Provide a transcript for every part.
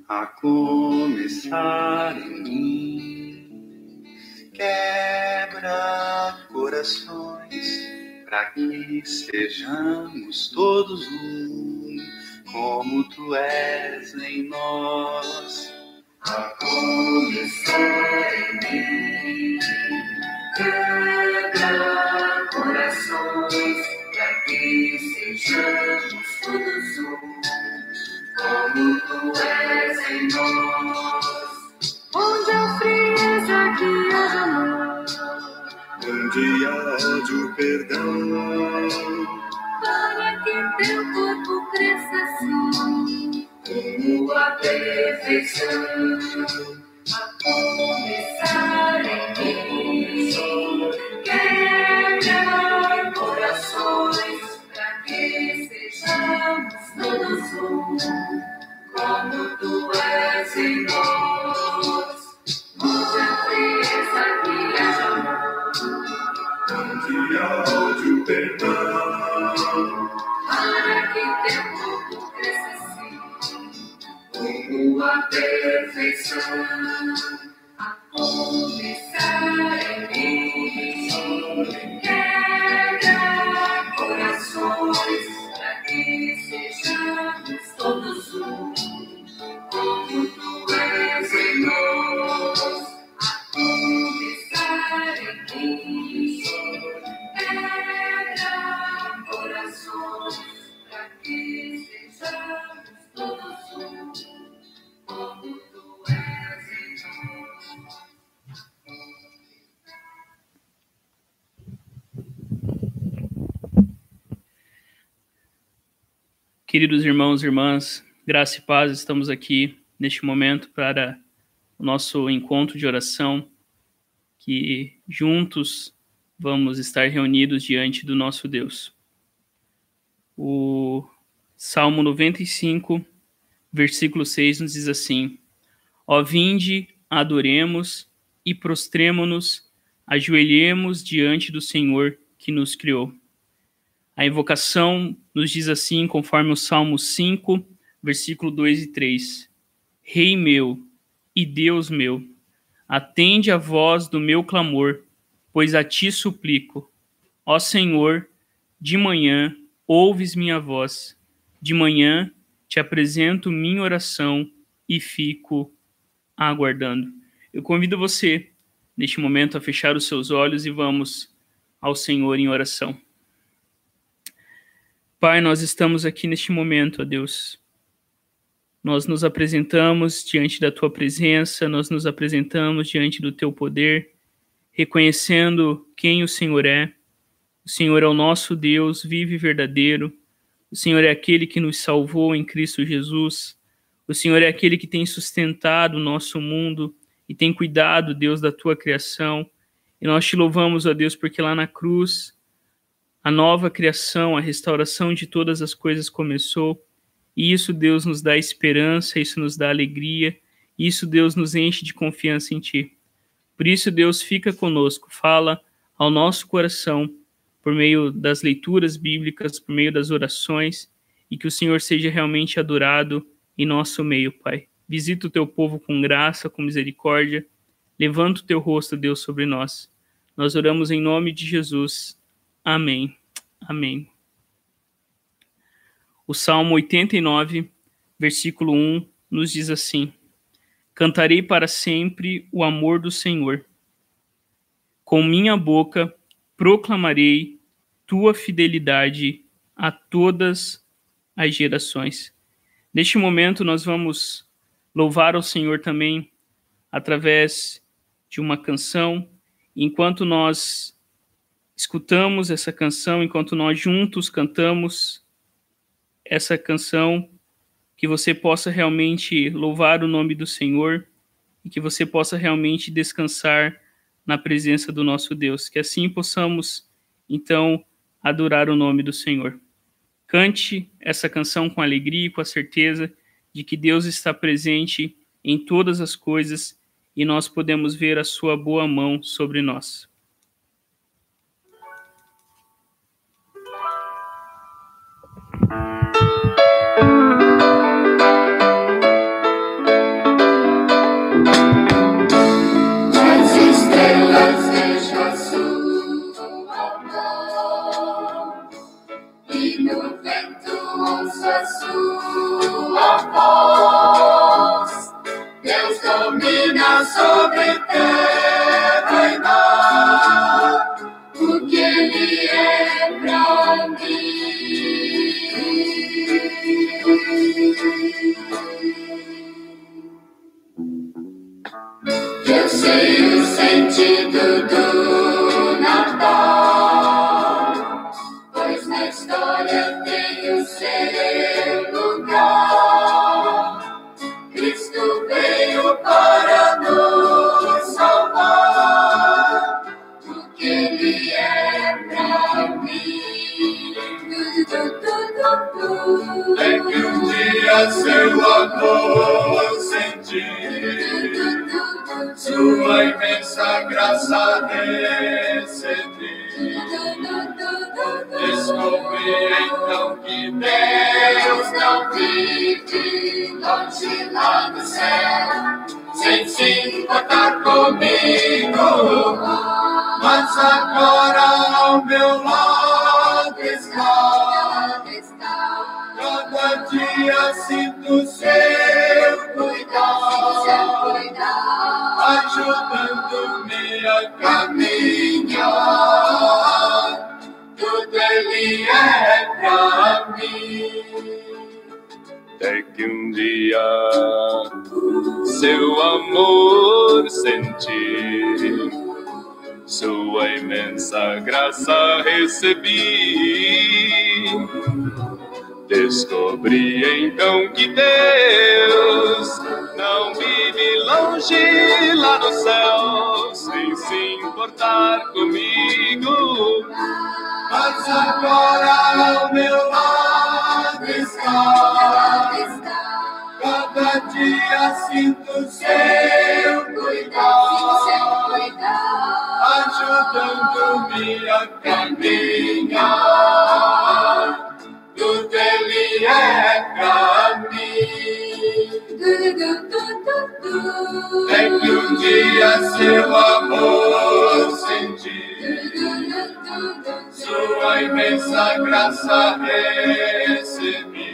a começar em mim. Quebra corações, para que sejamos todos um, como tu és em nós. A começar em mim. Quebra corações, para que sejamos todos um, como tu és em nós. Onde há frieza, que haja amor. Onde há ódio, perdão. Para que teu corpo cresça assim, como a perfeição. A começar em mim. Quebra corações, para que sejamos todos um, como tu és em nós. Onde há frieza, que haja amor. Onde há ódio, perdão. Para que teu corpo cresça assim, como a perfeição. A começar em mim. Quebra corações, para que sejamos todos um, como tu és em nós. A começar em mim. Quebra corações, para que sejamos todos um, como tu és em nós. Queridos irmãos e irmãs, graça e paz, estamos aqui neste momento para o nosso encontro de oração, que juntos vamos estar reunidos diante do nosso Deus. O Salmo 95, versículo 6 nos diz assim: Ó vinde, adoremos e prostremo-nos, ajoelhemos diante do Senhor que nos criou. A invocação nos diz assim, conforme o Salmo 5, versículo 2 e 3. Rei meu e Deus meu, atende a voz do meu clamor, pois a ti suplico. Ó Senhor, de manhã ouves minha voz, de manhã te apresento minha oração e fico aguardando. Eu convido você, neste momento, a fechar os seus olhos e vamos ao Senhor em oração. Pai, nós estamos aqui neste momento, ó Deus. Nós nos apresentamos diante da Tua presença, nós nos apresentamos diante do Teu poder, reconhecendo quem o Senhor é. O Senhor é o nosso Deus, vivo e verdadeiro. O Senhor é aquele que nos salvou em Cristo Jesus. O Senhor é aquele que tem sustentado o nosso mundo e tem cuidado, Deus, da Tua criação. E nós Te louvamos, ó Deus, porque lá na cruz a nova criação, a restauração de todas as coisas começou, e isso, Deus, nos dá esperança, isso nos dá alegria, e isso, Deus, nos enche de confiança em Ti. Por isso, Deus, fica conosco, fala ao nosso coração, por meio das leituras bíblicas, por meio das orações, e que o Senhor seja realmente adorado em nosso meio, Pai. Visita o Teu povo com graça, com misericórdia, levanta o Teu rosto, Deus, sobre nós. Nós oramos em nome de Jesus. Amém. Amém. O Salmo 89, versículo 1, nos diz assim: Cantarei para sempre o amor do Senhor. Com minha boca proclamarei tua fidelidade a todas as gerações. Neste momento nós vamos louvar ao Senhor também através de uma canção. Enquanto nós escutamos essa canção, enquanto nós juntos cantamos essa canção, que você possa realmente louvar o nome do Senhor e que você possa realmente descansar na presença do nosso Deus. Que assim possamos, então, adorar o nome do Senhor. Cante essa canção com alegria e com a certeza de que Deus está presente em todas as coisas e nós podemos ver a sua boa mão sobre nós. Eu sei o sentido do Natal, pois na história tem o seu lugar. Cristo veio para nos salvar, porque Ele é pra mim. É que um dia seu amor senti, sua imensa graça recebi. Descobri então que Deus não vive longe lá do céu, sem se importar comigo, mas agora ao meu lado está. Cada dia sinto seu cuidado, ajudando-me a caminhar. Tudo Ele é pra mim. Até que um dia seu amor senti, sua imensa graça recebi. Descobri então que Deus não vive longe lá no céu, sem se importar comigo, mas agora ao meu lado está. Cada dia sinto seu cuidado, ajudando-me a caminhar. Tudo Ele é pra mim. É que um dia seu amor senti, sua imensa graça recebi.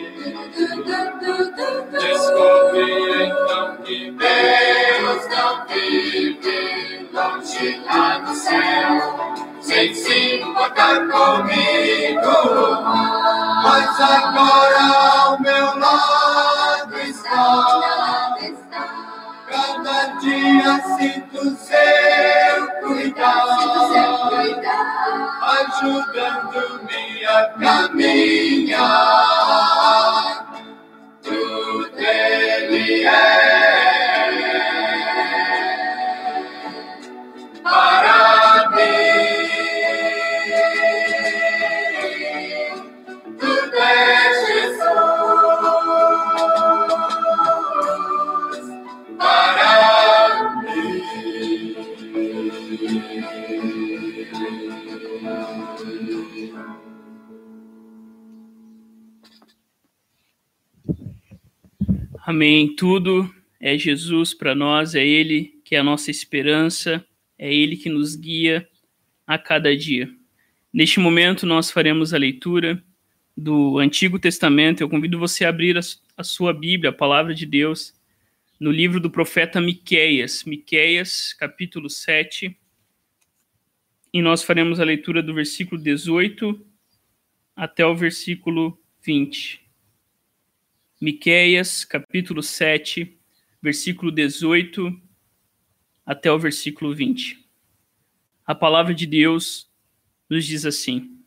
Descobri então que Deus não vive longe lá no céu, sem se importar comigo, mas agora ao meu lado está. Cada dia sinto seu cuidado, ajudando-me a caminhar. Tudo Ele é para mim. Tudo é Jesus para mim. Amém. Tudo é Jesus para nós, é Ele que é a nossa esperança, é Ele que nos guia a cada dia. Neste momento, nós faremos a leitura do Antigo Testamento. Eu convido você a abrir a sua Bíblia, a Palavra de Deus, no livro do profeta Miqueias, capítulo 7, e nós faremos a leitura do versículo 18 até o versículo 20. Miqueias, capítulo 7, versículo 18 até o versículo 20. A palavra de Deus nos diz assim: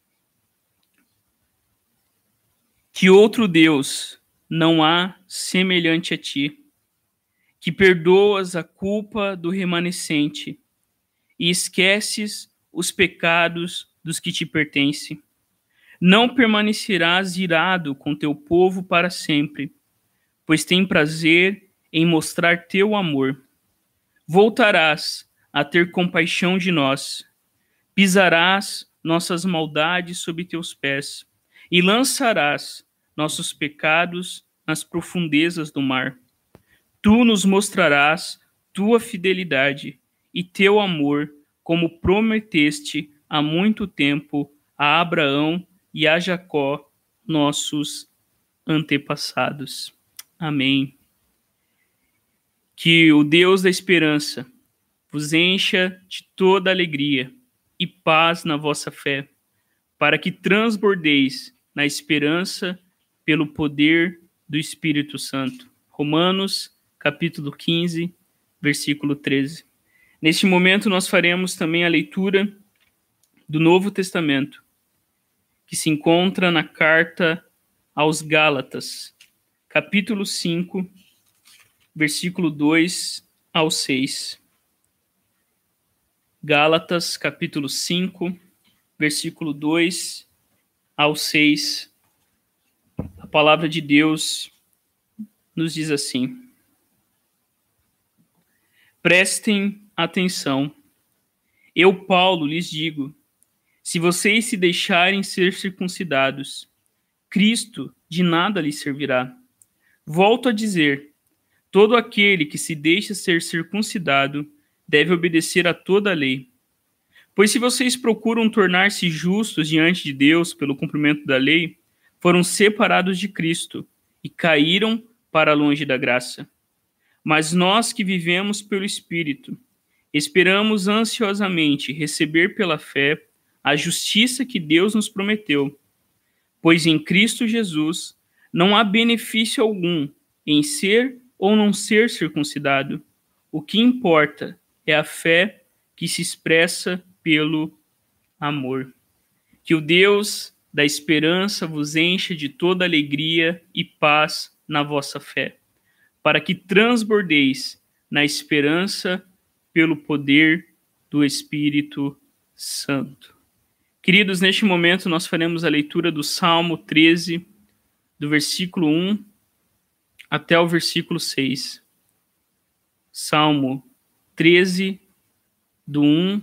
Que outro Deus não há semelhante a ti, que perdoas a culpa do remanescente e esqueces os pecados dos que te pertencem. Não permanecerás irado com teu povo para sempre, pois tem prazer em mostrar teu amor. Voltarás a ter compaixão de nós, pisarás nossas maldades sob teus pés, e lançarás nossos pecados nas profundezas do mar. Tu nos mostrarás tua fidelidade e teu amor, como prometeste há muito tempo a Abraão e a Jacó, nossos antepassados. Amém. Que o Deus da esperança vos encha de toda alegria e paz na vossa fé, para que transbordeis na esperança pelo poder do Espírito Santo. Romanos, capítulo 15, versículo 13. Neste momento, nós faremos também a leitura do Novo Testamento, que se encontra na carta aos Gálatas, capítulo 5, versículo 2 ao 6. Gálatas, capítulo 5, versículo 2 ao 6. A palavra de Deus nos diz assim: prestem atenção. Eu, Paulo, lhes digo, se vocês se deixarem ser circuncidados, Cristo de nada lhes servirá. Volto a dizer, todo aquele que se deixa ser circuncidado deve obedecer a toda a lei. Pois se vocês procuram tornar-se justos diante de Deus pelo cumprimento da lei, foram separados de Cristo e caíram para longe da graça. Mas nós que vivemos pelo Espírito, esperamos ansiosamente receber pela fé a justiça que Deus nos prometeu. Pois em Cristo Jesus não há benefício algum em ser ou não ser circuncidado. O que importa é a fé que se expressa pelo amor. Que o Deus da esperança vos encha de toda alegria e paz na vossa fé, para que transbordeis na esperança pelo poder do Espírito Santo. Queridos, neste momento nós faremos a leitura do Salmo 13, do versículo 1 até o versículo 6. Salmo 13, do 1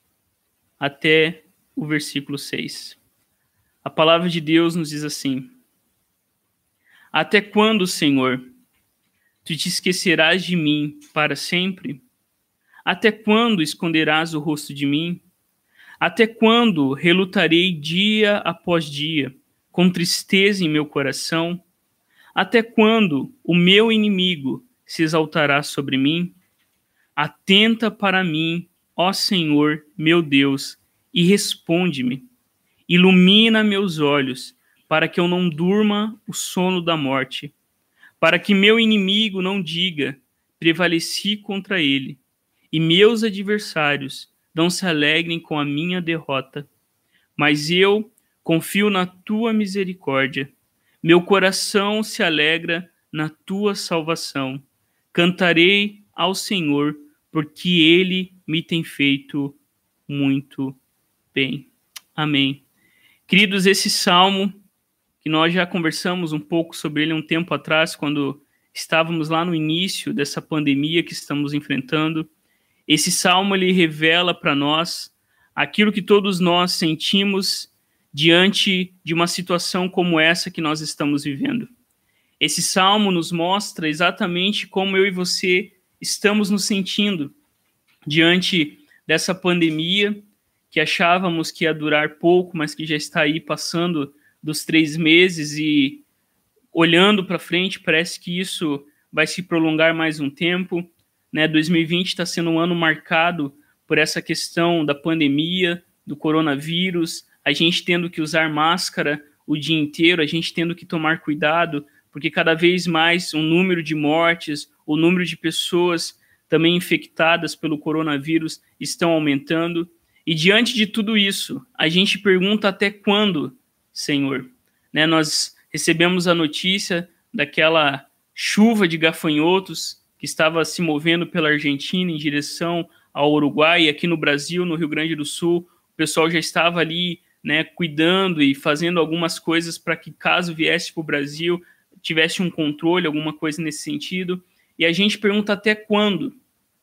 até o versículo 6. A palavra de Deus nos diz assim: até quando, Senhor, tu te esquecerás de mim para sempre? Até quando esconderás o rosto de mim? Até quando relutarei dia após dia, com tristeza em meu coração? Até quando o meu inimigo se exaltará sobre mim? Atenta para mim, ó Senhor, meu Deus, e responde-me. Ilumina meus olhos, para que eu não durma o sono da morte, para que meu inimigo não diga, prevaleci contra ele, e meus adversários não se alegrem com a minha derrota. Mas eu confio na tua misericórdia, meu coração se alegra na tua salvação. Cantarei ao Senhor, porque ele me tem feito muito bem. Amém. Queridos, esse salmo, que nós já conversamos um pouco sobre ele um tempo atrás, quando estávamos lá no início dessa pandemia que estamos enfrentando, esse salmo ele revela para nós aquilo que todos nós sentimos diante de uma situação como essa que nós estamos vivendo. Esse salmo nos mostra exatamente como eu e você estamos nos sentindo diante dessa pandemia que achávamos que ia durar pouco, mas que já está aí passando dos 3 meses e olhando para frente, parece que isso vai se prolongar mais um tempo, né? 2020 está sendo um ano marcado por essa questão da pandemia, do coronavírus, a gente tendo que usar máscara o dia inteiro, a gente tendo que tomar cuidado, porque cada vez mais o número de mortes, o número de pessoas também infectadas pelo coronavírus estão aumentando. E diante de tudo isso, a gente pergunta até quando, Senhor? Né, nós recebemos a notícia daquela chuva de gafanhotos que estava se movendo pela Argentina em direção ao Uruguai, e aqui no Brasil, no Rio Grande do Sul, o pessoal já estava ali, né, cuidando e fazendo algumas coisas para que, caso viesse para o Brasil, tivesse um controle, alguma coisa nesse sentido. E a gente pergunta até quando,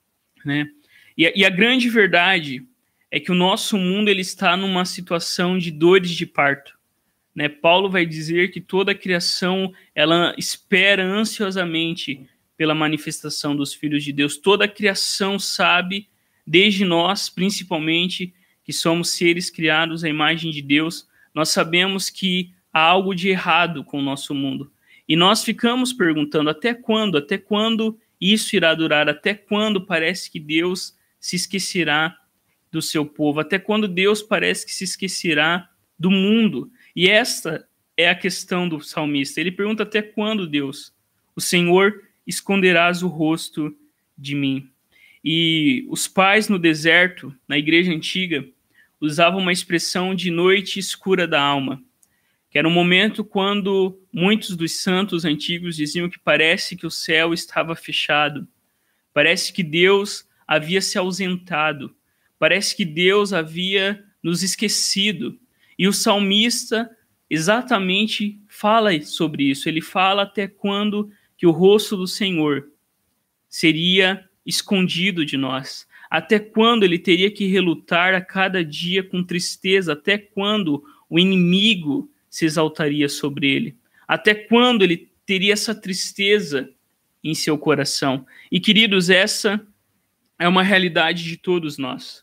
né? E a grande verdade é que o nosso mundo ele está numa situação de dores de parto, né? Paulo vai dizer que toda a criação ela espera ansiosamente pela manifestação dos filhos de Deus. Toda a criação sabe, desde nós principalmente, que somos seres criados à imagem de Deus, nós sabemos que há algo de errado com o nosso mundo. E nós ficamos perguntando até quando isso irá durar, até quando parece que Deus se esquecerá do seu povo, até quando Deus parece que se esquecerá do mundo. E esta é a questão do salmista. Ele pergunta até quando, Deus, o Senhor esconderás o rosto de mim. E os pais no deserto, na igreja antiga, usavam uma expressão de noite escura da alma, que era um momento quando muitos dos santos antigos diziam que parece que o céu estava fechado, parece que Deus havia se ausentado, parece que Deus havia nos esquecido. E o salmista exatamente fala sobre isso. Ele fala até quando que o rosto do Senhor seria escondido de nós, até quando ele teria que relutar a cada dia com tristeza, até quando o inimigo se exaltaria sobre ele, até quando ele teria essa tristeza em seu coração. E, queridos, essa é uma realidade de todos nós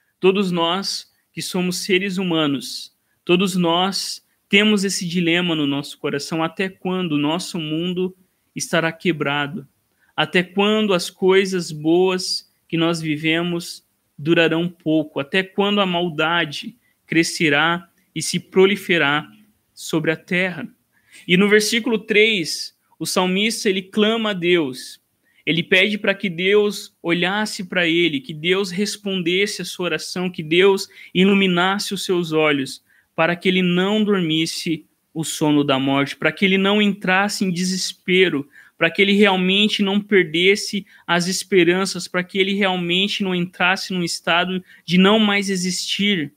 que somos seres humanos, todos nós temos esse dilema no nosso coração: até quando o nosso mundo estará quebrado? Até quando as coisas boas que nós vivemos durarão pouco? Até quando a maldade crescerá e se proliferar sobre a terra? E no versículo 3, o salmista ele clama a Deus. Ele pede para que Deus olhasse para ele, que Deus respondesse a sua oração, que Deus iluminasse os seus olhos, para que ele não dormisse o sono da morte, para que ele não entrasse em desespero, para que ele realmente não perdesse as esperanças, para que ele realmente não entrasse num estado de não mais existir.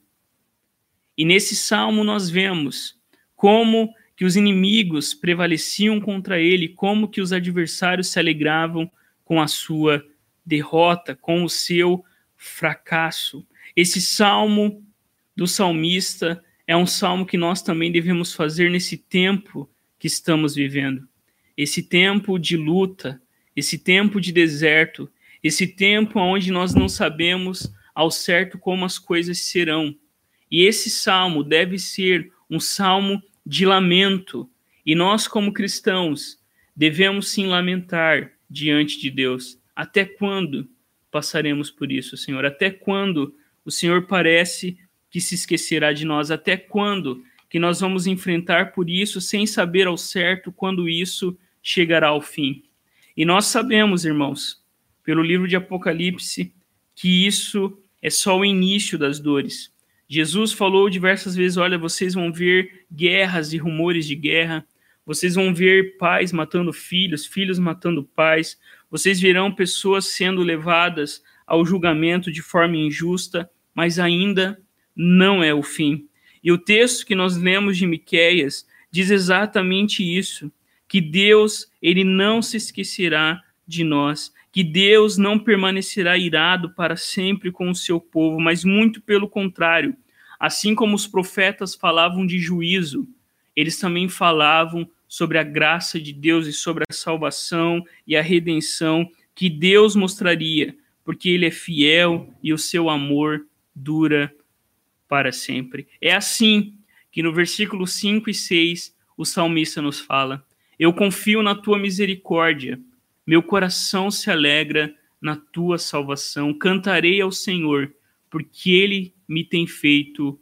E nesse salmo nós vemos como que os inimigos prevaleciam contra ele, como que os adversários se alegravam com a sua derrota, com o seu fracasso. Esse salmo do salmista é um salmo que nós também devemos fazer nesse tempo que estamos vivendo. Esse tempo de luta, esse tempo de deserto, esse tempo onde nós não sabemos ao certo como as coisas serão. E esse salmo deve ser um salmo de lamento. E nós, como cristãos, devemos sim lamentar diante de Deus. Até quando passaremos por isso, Senhor? Até quando o Senhor parece que se esquecerá de nós? Até quando que nós vamos enfrentar por isso sem saber ao certo quando isso chegará ao fim? E nós sabemos, irmãos, pelo livro de Apocalipse, que isso é só o início das dores. Jesus falou diversas vezes: olha, vocês vão ver guerras e rumores de guerra, vocês vão ver pais matando filhos, filhos matando pais, vocês verão pessoas sendo levadas ao julgamento de forma injusta, mas ainda não é o fim. E o texto que nós lemos de Miqueias diz exatamente isso, que Deus ele não se esquecerá de nós, que Deus não permanecerá irado para sempre com o seu povo, mas muito pelo contrário. Assim como os profetas falavam de juízo, eles também falavam sobre a graça de Deus e sobre a salvação e a redenção que Deus mostraria, porque ele é fiel e o seu amor dura para sempre. É assim que no versículo 5 e 6 o salmista nos fala: eu confio na tua misericórdia, meu coração se alegra na tua salvação, cantarei ao Senhor, porque ele me tem feito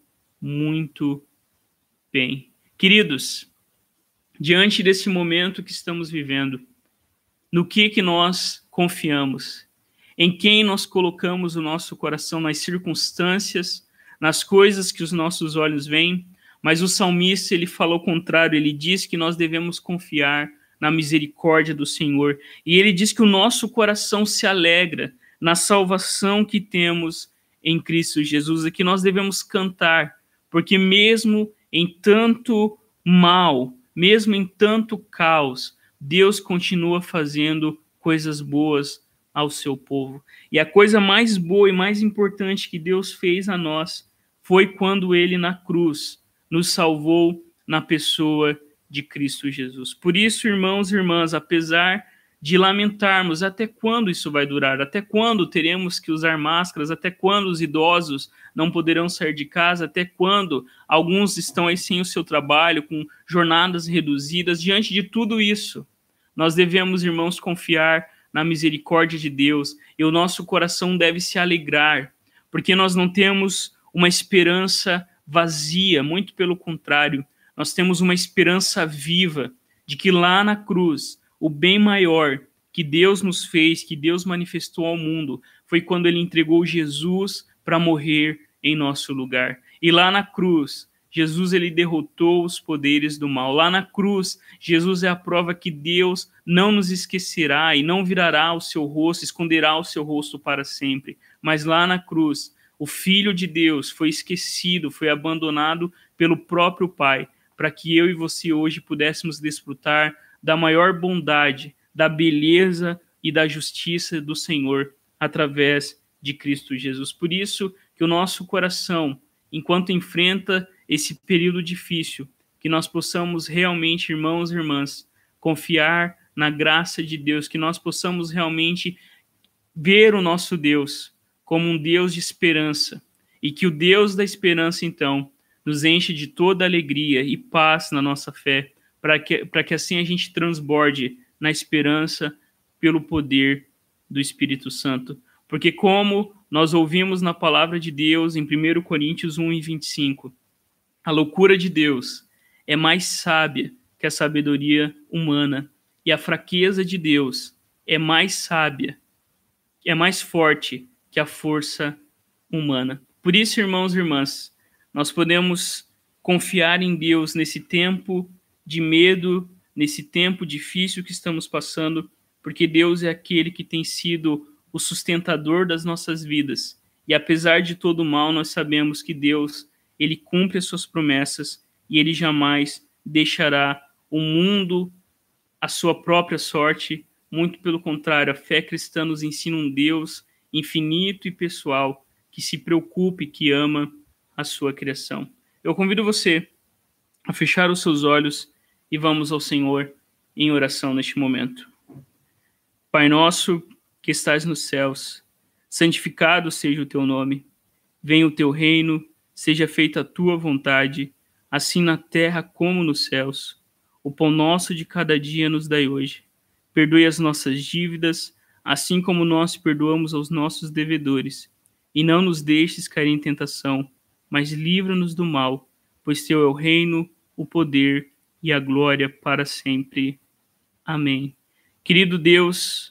muito bem. Queridos, diante desse momento que estamos vivendo, no que nós confiamos? Em quem nós colocamos o nosso coração? Nas circunstâncias, nas coisas que os nossos olhos veem? Mas o salmista, ele fala o contrário, ele diz que nós devemos confiar na misericórdia do Senhor. E ele diz que o nosso coração se alegra na salvação que temos em Cristo Jesus, e que nós devemos cantar, porque mesmo em tanto mal, mesmo em tanto caos, Deus continua fazendo coisas boas ao seu povo. E a coisa mais boa e mais importante que Deus fez a nós foi quando ele na cruz nos salvou na pessoa de Cristo Jesus. Por isso, irmãos e irmãs, apesar de lamentarmos até quando isso vai durar, até quando teremos que usar máscaras, até quando os idosos não poderão sair de casa, até quando alguns estão aí sem o seu trabalho, com jornadas reduzidas, diante de tudo isso, nós devemos, irmãos, confiar na misericórdia de Deus, e o nosso coração deve se alegrar, porque nós não temos uma esperança vazia, muito pelo contrário, nós temos uma esperança viva de que lá na cruz, o bem maior que Deus nos fez, que Deus manifestou ao mundo, foi quando ele entregou Jesus para morrer em nosso lugar. E lá na cruz, Jesus ele derrotou os poderes do mal. Lá na cruz, Jesus é a prova que Deus não nos esquecerá e não virará o seu rosto, esconderá o seu rosto para sempre. Mas lá na cruz, o Filho de Deus foi esquecido, foi abandonado pelo próprio Pai, para que eu e você hoje pudéssemos desfrutar da maior bondade, da beleza e da justiça do Senhor através de Cristo Jesus. Por isso que o nosso coração, enquanto enfrenta esse período difícil, que nós possamos realmente, irmãos e irmãs, confiar na graça de Deus, que nós possamos realmente ver o nosso Deus como um Deus de esperança, e que o Deus da esperança, então, nos enche de toda alegria e paz na nossa fé, para que assim a gente transborde na esperança pelo poder do Espírito Santo. Porque como nós ouvimos na palavra de Deus em 1 Coríntios 1:25, a loucura de Deus é mais sábia que a sabedoria humana, e a fraqueza de Deus é mais sábia, é mais forte que a força humana. Por isso, irmãos e irmãs, nós podemos confiar em Deus nesse tempo de medo, nesse tempo difícil que estamos passando, porque Deus é aquele que tem sido o sustentador das nossas vidas. E apesar de todo o mal, nós sabemos que Deus, ele cumpre as suas promessas e ele jamais deixará o mundo à sua própria sorte. Muito pelo contrário, a fé cristã nos ensina um Deus infinito e pessoal que se preocupa e que ama a sua criação. Eu convido você a fechar os seus olhos e vamos ao Senhor em oração neste momento. Pai nosso que estás nos céus, santificado seja o teu nome. Venha o teu reino, seja feita a tua vontade, assim na terra como nos céus. O pão nosso de cada dia nos dai hoje. Perdoe as nossas dívidas, assim como nós perdoamos aos nossos devedores. E não nos deixes cair em tentação, mas livra-nos do mal, pois teu é o reino, o poder e a glória para sempre. Amém. Querido Deus,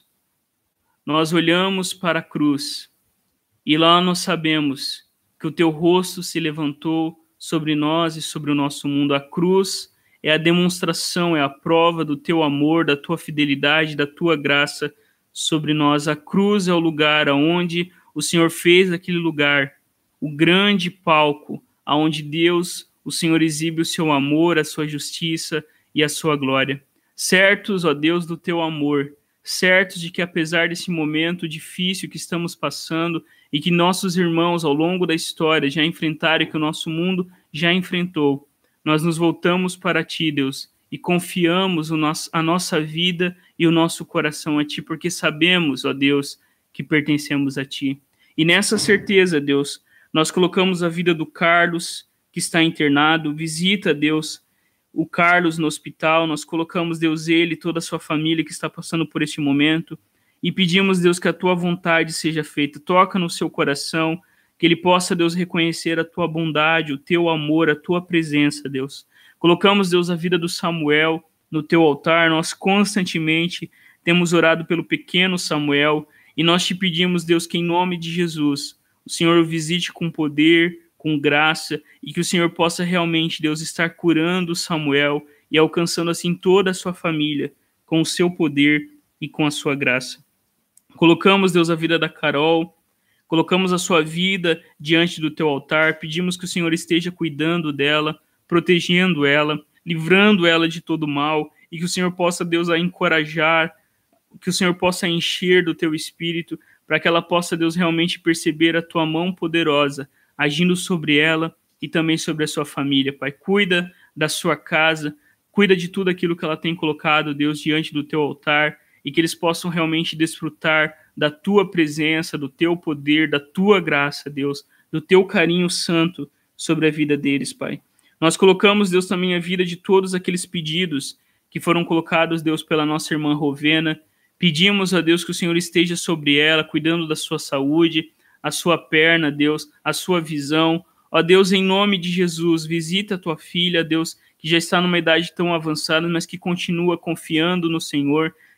nós olhamos para a cruz e lá nós sabemos que o teu rosto se levantou sobre nós e sobre o nosso mundo. A cruz é a demonstração, é a prova do teu amor, da tua fidelidade, da tua graça sobre nós. A cruz é o lugar onde o Senhor fez aquele lugar, o grande palco, aonde Deus, o Senhor exibe o seu amor, a sua justiça e a sua glória. Certos, ó Deus, do teu amor, certos de que apesar desse momento difícil que estamos passando e que nossos irmãos ao longo da história já enfrentaram e que o nosso mundo já enfrentou, nós nos voltamos para ti, Deus, e confiamos a nossa vida e o nosso coração a ti, porque sabemos, ó Deus, que pertencemos a ti. E nessa certeza, Deus, nós colocamos a vida do Carlos, que está internado. Visita, Deus, o Carlos no hospital. Nós colocamos, Deus, ele e toda a sua família que está passando por este momento. E pedimos, Deus, que a tua vontade seja feita. Toca no seu coração, que ele possa, Deus, reconhecer a tua bondade, o teu amor, a tua presença, Deus. Colocamos, Deus, a vida do Samuel no teu altar. Nós constantemente temos orado pelo pequeno Samuel. E nós te pedimos, Deus, que em nome de Jesus, o Senhor o visite com poder, com graça, e que o Senhor possa realmente, Deus, estar curando Samuel e alcançando assim toda a sua família com o seu poder e com a sua graça. Colocamos, Deus, a vida da Carol, colocamos a sua vida diante do teu altar, pedimos que o Senhor esteja cuidando dela, protegendo ela, livrando ela de todo mal, e que o Senhor possa, Deus, a encorajar, que o Senhor possa encher do teu espírito, para que ela possa, Deus, realmente perceber a tua mão poderosa, agindo sobre ela e também sobre a sua família, Pai. Cuida da sua casa, cuida de tudo aquilo que ela tem colocado, Deus, diante do teu altar, e que eles possam realmente desfrutar da tua presença, do teu poder, da tua graça, Deus, do teu carinho santo sobre a vida deles, Pai. Nós colocamos, Deus, também a vida de todos aqueles pedidos que foram colocados, Deus, pela nossa irmã Rovena. Pedimos a Deus que o Senhor esteja sobre ela, cuidando da sua saúde, a sua perna, Deus, a sua visão. Ó Deus, em nome de Jesus, visita a tua filha, Deus, que já está numa idade tão avançada, mas que continua confiando no Senhor.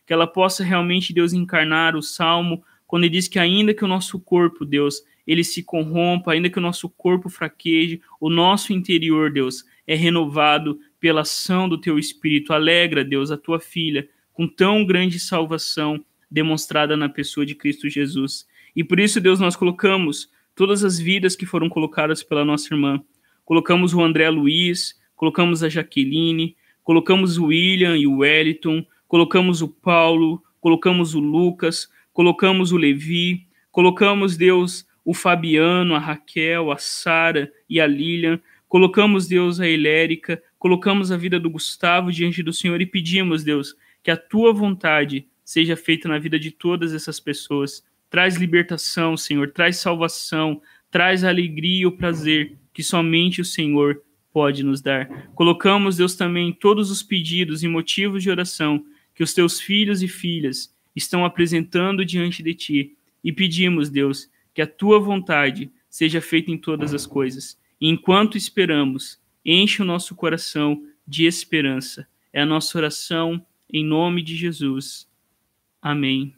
que ela possa realmente, Deus, encarnar o Salmo, quando ele diz que ainda que o nosso corpo, Deus, ele se corrompa, ainda que o nosso corpo fraqueje, o nosso interior, Deus, é renovado pela ação do Teu Espírito. Alegra, Deus, a Tua filha, com tão grande salvação demonstrada na pessoa de Cristo Jesus. E por isso, Deus, nós colocamos todas as vidas que foram colocadas pela nossa irmã. Colocamos o André Luiz, colocamos a Jaqueline, colocamos o William e o Wellington, colocamos o Paulo, colocamos o Lucas, colocamos o Levi, colocamos, Deus, o Fabiano, a Raquel, a Sara e a Lilian, colocamos, Deus, a Elérica, colocamos a vida do Gustavo diante do Senhor e pedimos, Deus, que a Tua vontade seja feita na vida de todas essas pessoas. Traz libertação, Senhor, traz salvação, traz alegria e o prazer que somente o Senhor pode nos dar. Colocamos, Deus, também todos os pedidos e motivos de oração que os Teus filhos e filhas estão apresentando diante de Ti e pedimos, Deus, que a Tua vontade seja feita em todas as coisas. E enquanto esperamos, enche o nosso coração de esperança. É a nossa oração em nome de Jesus. Amém.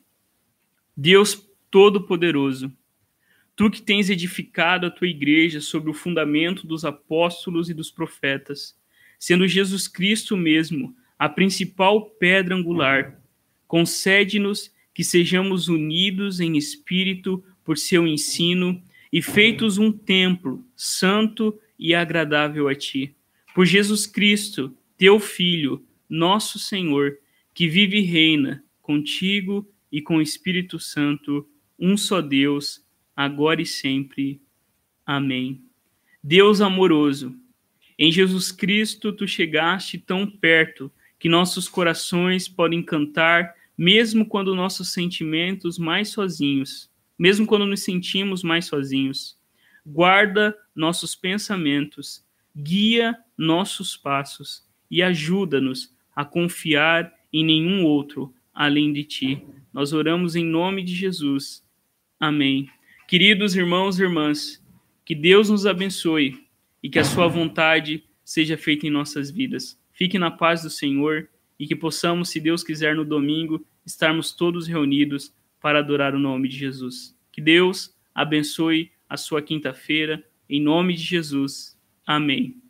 Deus Todo-Poderoso, Tu que tens edificado a Tua igreja sobre o fundamento dos apóstolos e dos profetas, sendo Jesus Cristo mesmo a principal pedra angular, concede-nos que sejamos unidos em espírito por Seu ensino e feitos um templo santo e agradável a Ti. Por Jesus Cristo, Teu Filho, nosso Senhor, que vive e reina contigo e com o Espírito Santo, um só Deus, agora e sempre. Amém. Deus amoroso, em Jesus Cristo Tu chegaste tão perto que nossos corações podem cantar, mesmo quando nossos sentimentos mais sozinhos, mesmo quando nos sentimos mais sozinhos. Guarda nossos pensamentos, guia nossos passos e ajuda-nos a confiar em nenhum outro além de Ti. Nós oramos em nome de Jesus. Amém. Queridos irmãos e irmãs, que Deus nos abençoe e que a Sua vontade seja feita em nossas vidas. Fique na paz do Senhor e que possamos, se Deus quiser, no domingo, estarmos todos reunidos para adorar o nome de Jesus. Que Deus abençoe a sua quinta-feira, em nome de Jesus. Amém.